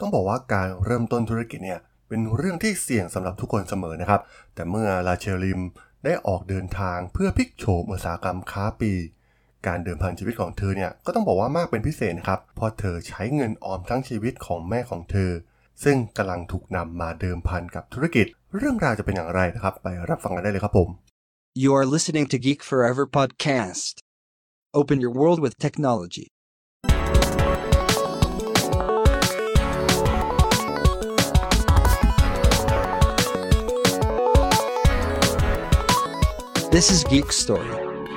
ต้องบอกว่าการเริ่มต้นธุรกิจเนี่ยเป็นเรื่องที่เสี่ยงสำหรับทุกคนเสมอนะครับแต่เมื่อลาเชลลิมได้ออกเดินทางเพื่อพลิกโฉมอุตสาหกรรมค้าปลีกการเดิมพันชีวิตของเธอเนี่ยก็ต้องบอกว่ามากเป็นพิเศษนะครับเพราะเธอใช้เงินออมทั้งชีวิตของแม่ของเธอซึ่งกำลังถูกนำมาเดิมพันกับธุรกิจเรื่องราวจะเป็นอย่างไรนะครับไปรับฟังกันได้เลยครับผม You are listening to Geek Forever podcast. Open your world with technology. This is Geek Story.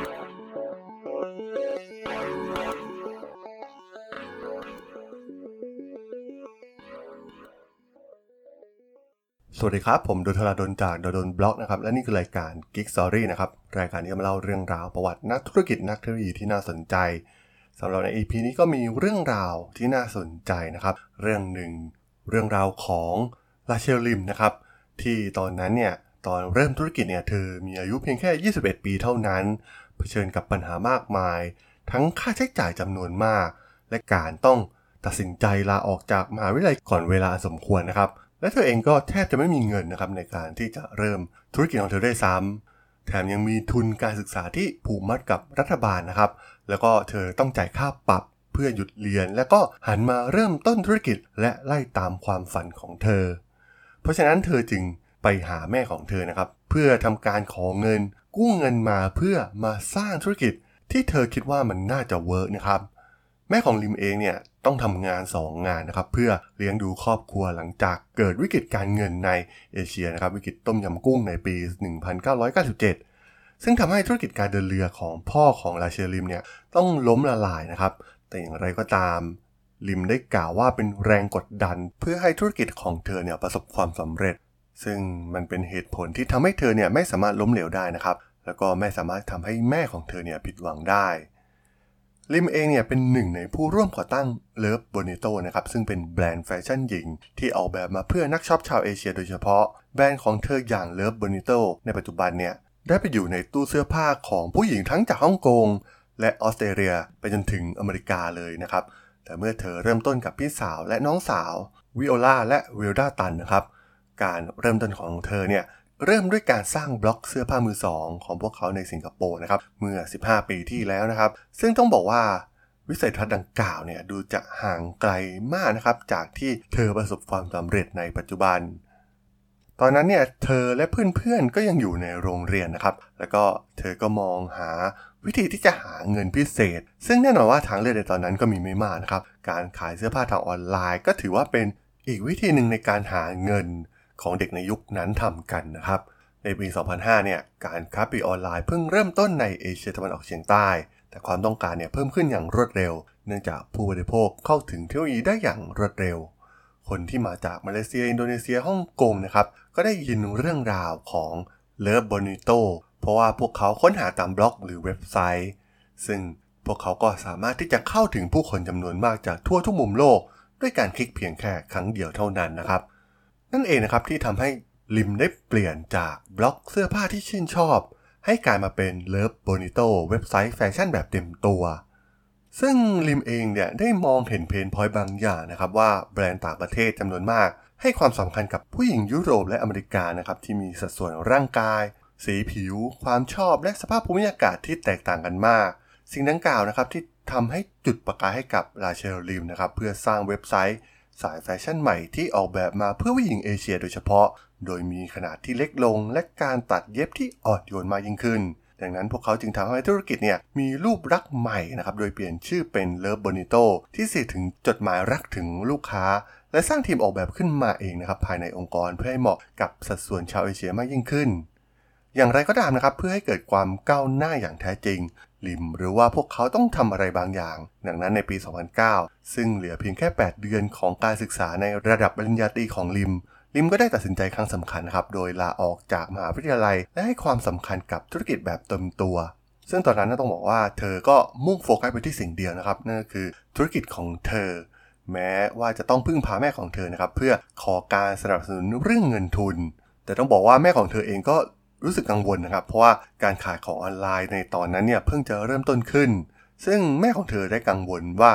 สวัสดีครับผมดลธราดลจากดลบล็อกนะครับและนี่คือรายการ Geek Story นะครับรายการที่จะมาเล่าเรื่องราวประวัตินักธุรกิจนักเทคโนโลยีที่น่าสนใจสำหรับใน EP นี้ก็มีเรื่องราวที่น่าสนใจนะครับเรื่องหนึ่งเรื่องราวของลาเชลลิมนะครับที่ตอนนั้นเนี่ยตอนเริ่มธุรกิจเนี่ยเธอมีอายุเพียงแค่21ปีเท่านั้นเผชิญกับปัญหามากมายทั้งค่าใช้จ่ายจำนวนมากและการต้องตัดสินใจลาออกจากมหาวิทยาลัยก่อนเวลาสมควรนะครับและเธอเองก็แทบจะไม่มีเงินนะครับในการที่จะเริ่มธุรกิจของเธอได้ซ้ำแถมยังมีทุนการศึกษาที่ผูกมัดกับรัฐบาลนะครับแล้วก็เธอต้องจ่ายค่าปรับเพื่อหยุดเรียนแล้วก็หันมาเริ่มต้นธุรกิจและไล่ตามความฝันของเธอเพราะฉะนั้นเธอจึงไปหาแม่ของเธอนะครับเพื่อทำการขอเงินกู้เงินมาเพื่อมาสร้างธุรกิจที่เธอคิดว่ามันน่าจะเวิร์กนะครับแม่ของลิมเองเนี่ยต้องทำงาน2 งานนะครับเพื่อเลี้ยงดูครอบครัวหลังจากเกิดวิกฤตการเงินในเอเชียนะครับวิกฤตต้มยำกุ้งในปี 1997 ซึ่งทำให้ธุรกิจการเดินเรือของพ่อของลาเชลลิมเนี่ยต้องล้มละลายนะครับแต่อย่างไรก็ตามลิมได้กล่าวว่าเป็นแรงกดดันเพื่อให้ธุรกิจของเธอเนี่ยประสบความสำเร็จซึ่งมันเป็นเหตุผลที่ทำให้เธอเนี่ยไม่สามารถล้มเหลวได้นะครับแล้วก็ไม่สามารถทำให้แม่ของเธอเนี่ยผิดหวังได้ลิมเองเนี่ยเป็นหนึ่งในผู้ร่วมก่อตั้ง Love Bonito นะครับซึ่งเป็นแบรนด์แฟชั่นหญิงที่ออกแบบมาเพื่อนักช็อปชาวเอเชียโดยเฉพาะแบรนด์ของเธออย่าง Love Bonito ในปัจจุบันเนี่ยได้ไปอยู่ในตู้เสื้อผ้าของผู้หญิงทั้งจากฮ่องกงและออสเตรเลียไปจนถึงอเมริกาเลยนะครับแต่เมื่อเธอเริ่มต้นกับพี่สาวและน้องสาววิโอลาและวิลดาตันนะครับการเริ่มต้นของเธอเนี่ยเริ่มด้วยการสร้างบล็อกเสื้อผ้ามือสองของพวกเขาในสิงคโปร์นะครับเมื่อ15ปีที่แล้วนะครับซึ่งต้องบอกว่าวิสัยทัศน์ดังกล่าวเนี่ยดูจะห่างไกลมากนะครับจากที่เธอประสบความสำเร็จในปัจจุบันตอนนั้นเนี่ยเธอและเพื่อนๆก็ยังอยู่ในโรงเรียนนะครับแล้วก็เธอก็มองหาวิธีที่จะหาเงินพิเศษซึ่งแน่นอนว่าทางเลือกในตอนนั้นก็มีไม่มากนะครับการขายเสื้อผ้าทางออนไลน์ก็ถือว่าเป็นอีกวิธีหนึ่งในการหาเงินของเด็กในยุคนั้นทำกันนะครับในปี 2005 เนี่ยการค้าปลีกออนไลน์เพิ่งเริ่มต้นในเอเชียตะวันออกเฉียงใต้แต่ความต้องการเนี่ยเพิ่มขึ้นอย่างรวดเร็วเนื่องจากผู้บริโภคเข้าถึงเทคโนโลยีได้อย่างรวดเร็วคนที่มาจากมาเลเซียอินโดนีเซียฮ่องกงนะครับก็ได้ยินเรื่องราวของ Love Bonito เพราะว่าพวกเขาค้นหาตามบล็อกหรือเว็บไซต์ซึ่งพวกเขาก็สามารถที่จะเข้าถึงผู้คนจำนวนมากจากทั่วทุกมุมโลกด้วยการคลิกเพียงแค่ครั้งเดียวเท่านั้นนะครับนั่นเองนะครับที่ทำให้ลิมได้เปลี่ยนจากบล็อกเสื้อผ้าที่ชื่นชอบให้กลายมาเป็น Love Bonito เว็บไซต์แฟชั่นแบบเต็มตัวซึ่งลิมเองเนี่ยได้มองเห็นเพนพอยต์บางอย่างนะครับว่าแบรนด์ต่างประเทศจำนวนมากให้ความสำคัญกับผู้หญิงยุโรปและอเมริกานะครับที่มีสัดส่วนร่างกายสีผิวความชอบและสภาพภูมิอากาศที่แตกต่างกันมากสิ่งดังกล่าวนะครับที่ทำให้จุดประกายให้กับลาเชลลิมนะครับเพื่อสร้างเว็บไซต์สายแฟชั่นใหม่ที่ออกแบบมาเพื่อผู้หญิงเอเชียโดยเฉพาะโดยมีขนาดที่เล็กลงและการตัดเย็บที่อ่อนโยนมากยิ่งขึ้นดังนั้นพวกเขาจึงทำให้ธุรกิจเนี่ยมีรูปลักษณ์ใหม่นะครับโดยเปลี่ยนชื่อเป็น Love Bonito ที่สื่อถึงจดหมายรักถึงลูกค้าและสร้างทีมออกแบบขึ้นมาเองนะครับภายในองค์กรเพื่อให้เหมาะกับสัดส่วนชาวเอเชียมากยิ่งขึ้นอย่างไรก็ตามนะครับเพื่อให้เกิดความก้าวหน้าอย่างแท้จริงลิมหรือว่าพวกเขาต้องทำอะไรบางอย่างดังนั้นในปี 2009 ซึ่งเหลือเพียงแค่ 8 เดือนของการศึกษาในระดับปริญญาตรีของลิมก็ได้ตัดสินใจครั้งสำคัญนะครับโดยลาออกจากมหาวิทยาลัยและให้ความสำคัญกับธุรกิจแบบเต็มตัวซึ่งตอนนั้นต้องบอกว่าเธอก็มุ่งโฟกัสไปที่สิ่งเดียวนะครับนั่นก็คือธุรกิจของเธอแม้ว่าจะต้องพึ่งพาแม่ของเธอนะครับเพื่อขอการสนับสนุนเรื่องเงินทุนแต่ต้องบอกว่าแม่ของเธอเองก็รู้สึกกังวลนะครับเพราะว่าการขายของออนไลน์ในตอนนั้นเนี่ยเพิ่งจะเริ่มต้นขึ้นซึ่งแม่ของเธอได้กังวลว่า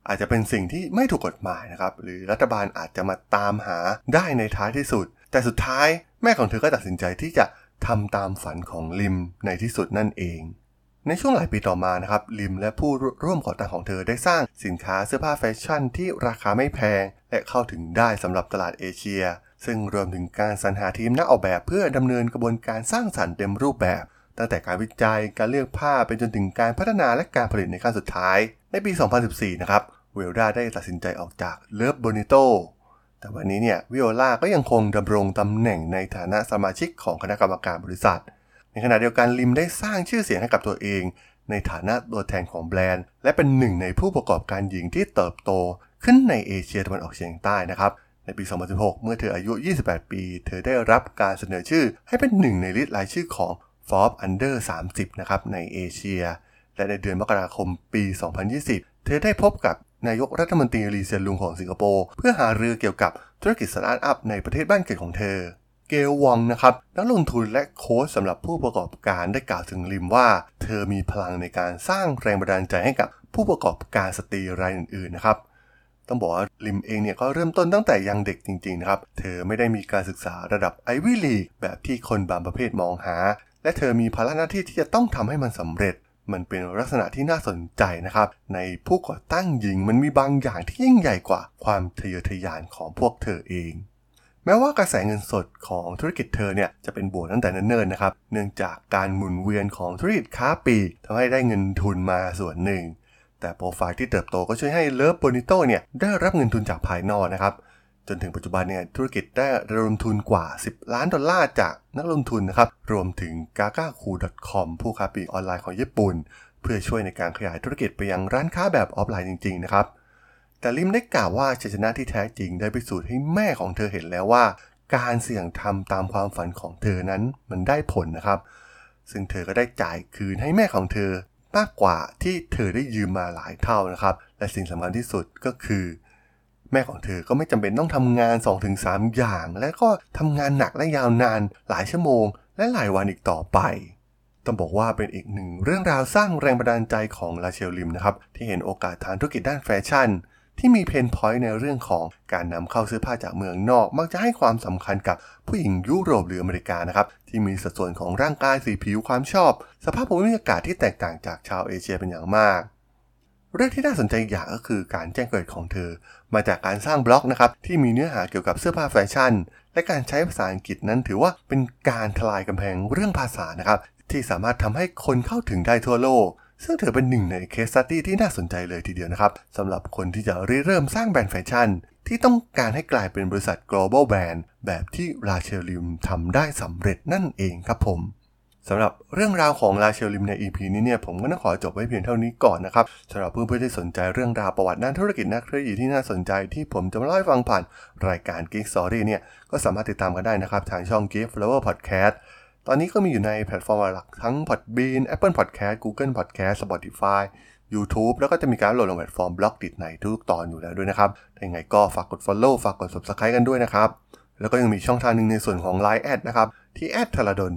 อาจจะเป็นสิ่งที่ไม่ถูกกฎหมายนะครับหรือรัฐบาลอาจจะมาตามหาได้ในท้ายที่สุดแต่สุดท้ายแม่ของเธอก็ตัดสินใจที่จะทำตามฝันของลิมในที่สุดนั่นเองในช่วงหลายปีต่อมานะครับลิมและผู้ร่วมก่อตั้งของเธอได้สร้างสินค้าเสื้อผ้าแฟชั่นที่ราคาไม่แพงและเข้าถึงได้สำหรับตลาดเอเชียซึ่งรวมถึงการสรรหาทีมนักออกแบบเพื่อดำเนินกระบวนการสร้างสรรค์เต็มรูปแบบตั้งแต่การวิจัยการเลือกผ้าไปจนถึงการพัฒนาและการผลิตในขั้นสุดท้ายในปี 2014 นะครับเวลดาได้ตัดสินใจออกจากเลิฟโบนิโตแต่วันนี้เนี่ยวิโอลาก็ยังคงดำรงตำแหน่งในฐานะสมาชิกของคณะกรรมการบริษัทในขณะเดียวกันลิมได้สร้างชื่อเสียงให้กับตัวเองในฐานะตัวแทนของแบรนด์และเป็นหนึ่งในผู้ประกอบการหญิงที่เติบโตขึ้นในเอเชียตะวันออกเฉียงใต้นะครับในปี 2016 เมื่อเธออายุ 28 ปีเธอได้รับการเสนอชื่อให้เป็นหนึ่งในลิสต์รายชื่อของ Forbes Under 30 นะครับในเอเชียและในเดือนมกราคมปี 2020 เธอได้พบกับนายกรัฐมนตรีลีเซียนลุงของสิงคโปร์เพื่อหารือเกี่ยวกับธุรกิจสตาร์ทอัพในประเทศบ้านเกิดของเธอเกลวองนะครับนักลงทุนและโค้ชสำหรับผู้ประกอบการได้กล่าวถึงลิมว่าเธอมีพลังในการสร้างแรงบันดาลใจให้กับผู้ประกอบการสตรีรายอื่นๆนะครับต้องบอกว่าลิมเองเนี่ยก็เริ่มต้นตั้งแต่ยังเด็กจริงๆนะครับเธอไม่ได้มีการศึกษาระดับไอวี่ลีกแบบที่คนบางประเภทมองหาและเธอมีภาระหน้าที่ที่จะต้องทำให้มันสำเร็จมันเป็นลักษณะที่น่าสนใจนะครับในผู้ก่อตั้งหญิงมันมีบางอย่างที่ยิ่งใหญ่กว่าความทะเยอทะยานของพวกเธอเองแม้ว่ากระแสเงินสดของธุรกิจเธอเนี่ยจะเป็นบวกตั้งแต่เนิ่นๆนะครับเนื่องจากการหมุนเวียนของธุรกิจค้าปลีกทำให้ได้เงินทุนมาส่วนหนึ่งแต่โปรไฟล์ที่เติบโตก็ช่วยให้เลิฟโบนิโตเนี่ยได้รับเงินทุนจากภายนอกนะครับจนถึงปัจจุบันเนี่ยธุรกิจได้ระดมทุนกว่า$10 ล้านจากนักลงทุนนะครับรวมถึง Kakaku.com ผู้ค้าปลีกออนไลน์ของญี่ปุ่นเพื่อช่วยในการขยายธุรกิจไปยังร้านค้าแบบออฟไลน์จริงๆนะครับแต่ลิมได้กล่าวว่าชัยชนะที่แท้จริงได้พิสูจน์ให้แม่ของเธอเห็นแล้วว่าการเสี่ยงทำตามความฝันของเธอนั้นมันได้ผลนะครับซึ่งเธอก็ได้จ่ายคืนให้แม่ของเธอมากกว่าที่เธอได้ยืมมาหลายเท่านะครับและสิ่งสำคัญที่สุดก็คือแม่ของเธอก็ไม่จำเป็นต้องทำงาน 2-3 อย่างและก็ทำงานหนักและยาวนานหลายชั่วโมงและหลายวันอีกต่อไปต้องบอกว่าเป็นอีกหนึ่งเรื่องราวสร้างแรงบันดาลใจของราเชลลิมนะครับที่เห็นโอกาสทางธุรกิจด้านแฟชั่นที่มีเพนพอยต์ในเรื่องของการนำเข้าเสื้อผ้าจากเมืองนอกมักจะให้ความสำคัญกับผู้หญิงยุโรปหรืออเมริกานะครับที่มีสัดส่วนของร่างกายสีผิวความชอบสภาพภูมิอากาศที่แตกต่างจากชาวเอเชียเป็นอย่างมากเรื่องที่น่าสนใจอย่างก็คือการแจ้งเกิดของเธอมาจากการสร้างบล็อกนะครับที่มีเนื้อหาเกี่ยวกับเสื้อผ้าแฟชั่นและการใช้ภาษาอังกฤษนั้นถือว่าเป็นการทลายกำแพงเรื่องภาษานะครับที่สามารถทำให้คนเข้าถึงได้ทั่วโลกซึ่งถือเป็นหนึ่งในเคสสตั๊ดดี้ที่น่าสนใจเลยทีเดียวนะครับสำหรับคนที่จะเริ่มสร้างแบรนด์แฟชั่นที่ต้องการให้กลายเป็นบริษัท global brand แบบที่ราเชลลิมทำได้สำเร็จนั่นเองครับผมสำหรับเรื่องราวของราเชลลิมใน EP นี้เนี่ยผมก็ต้องขอจบไว้เพียงเท่านี้ก่อนนะครับสำหรับเพื่อนๆที่สนใจเรื่องราวประวัติด้านธุรกิจนักธุรกิจที่น่าสนใจที่ผมจะมาเล่าให้ฟังผ่านรายการ Geek Story เนี่ยก็สามารถติดตามกันได้นะครับทางช่อง Geek Flower Podcastตอนนี้ก็มีอยู่ในแพลตฟอร์มหลักทั้ง Podbean, Apple Podcast, Google Podcast, Spotify, YouTube แล้วก็จะมีการโหลดลงแพลตฟอร์มบล็อกดิในทุกตอนอยู่แล้วด้วยนะครับยังไงก็ฝากกด Follow ฝากกด Subscribe กันด้วยนะครับแล้วก็ยังมีช่องทางนึงในส่วนของ Line แอดนะครับที่ @thradol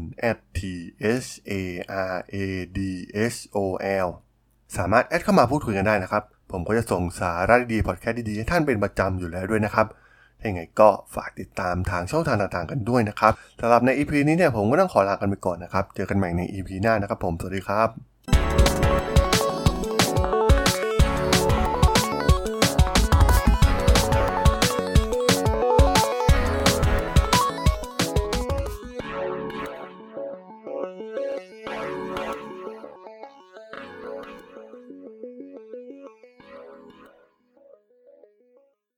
@THARADSOL สามารถแอดเข้ามาพูดคุยกันได้นะครับผมก็จะส่งสาระดีๆพอดแคสต์ดีๆให้ท่านเป็นประจำอยู่แล้วด้วยนะครับยังไงก็ฝากติดตามทางช่องทางต่างๆกันด้วยนะครับสำหรับใน EP นี้เนี่ยผมก็ต้องขอลากันไปก่อนนะครับเจอกันใหม่ใน EP หน้านะครับผมสวัสดีครับ